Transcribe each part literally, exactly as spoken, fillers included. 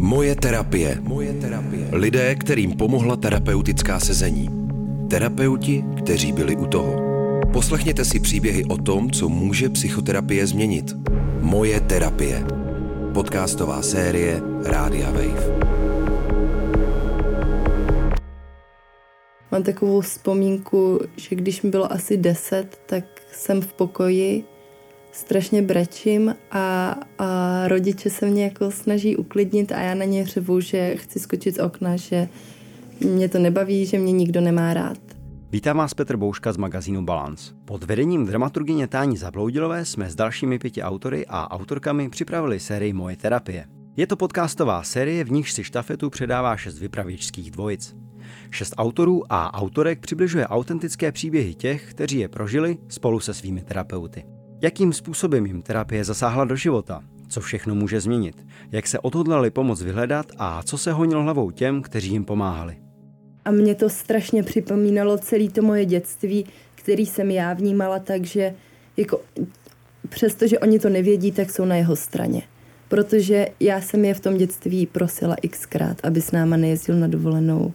Moje terapie. Moje terapie. Lidé, kterým pomohla terapeutická sezení. Terapeuti, kteří byli u toho. Poslechněte si příběhy o tom, co může psychoterapie změnit. Moje terapie. Podcastová série Rádia Wave. Mám takovou vzpomínku, že když mi bylo asi deset, tak jsem v pokoji, strašně brečím a, a rodiče se mě jako snaží uklidnit a já na ně řvu, že chci skočit z okna, že mě to nebaví, že mě nikdo nemá rád. Vítám vás Petr Bouška z magazínu Balance. Pod vedením dramaturgyně Táni Zabloudilové jsme s dalšími pěti autory a autorkami připravili sérii Moje terapie. Je to podcastová série, v níž si štafetu předává šest vypravěčských dvojic. Šest autorů a autorek přibližuje autentické příběhy těch, kteří je prožili spolu se svými terapeuty. Jakým způsobem jim terapie zasáhla do života? Co všechno může změnit? Jak se odhodlali pomoc vyhledat a co se honilo hlavou těm, kteří jim pomáhali? A mě to strašně připomínalo celé to moje dětství, který jsem já vnímala tak, že jako, přestože oni to nevědí, tak jsou na jeho straně. Protože já jsem je v tom dětství prosila xkrát, aby s náma nejezdil na dovolenou.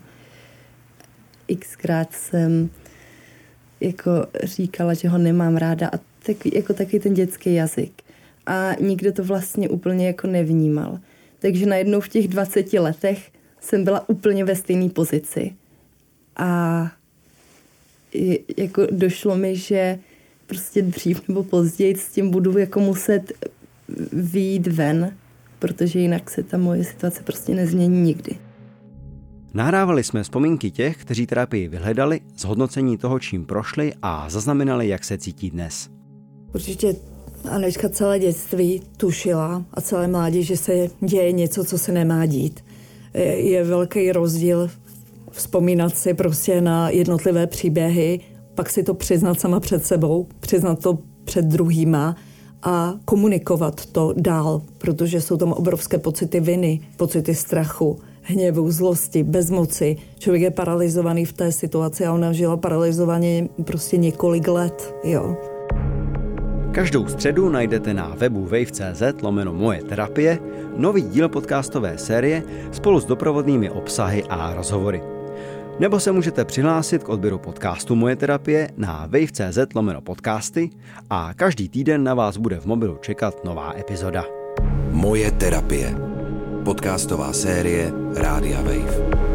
Xkrát jsem jako říkala, že ho nemám ráda a tak, jako taky ten dětský jazyk. A nikdo to vlastně úplně jako nevnímal. Takže najednou v těch dvaceti letech jsem byla úplně ve stejné pozici. A jako došlo mi, že prostě dřív nebo později s tím budu jako muset vyjít ven, protože jinak se ta moje situace prostě nezmění nikdy. Nahrávali jsme vzpomínky těch, kteří terapii vyhledali, zhodnocení toho, čím prošli a zaznamenali, jak se cítí dnes. Určitě Anečka celé dětství tušila a celé mládí, že se děje něco, co se nemá dít. Je, je velký rozdíl vzpomínat si prostě na jednotlivé příběhy, pak si to přiznat sama před sebou, přiznat to před druhýma a komunikovat to dál, protože jsou tam obrovské pocity viny, pocity strachu, hněvu, zlosti, bezmoci. Člověk je paralyzovaný v té situaci a ona žila paralyzovaně prostě několik let, jo. Každou středu najdete na webu wave tečka cé zet lomeno Moje terapie nový díl podcastové série spolu s doprovodnými obsahy a rozhovory. Nebo se můžete přihlásit k odběru podcastu Moje terapie na wave tečka cé zet lomeno podcasty a každý týden na vás bude v mobilu čekat nová epizoda. Moje terapie. Podcastová série Rádia Wave.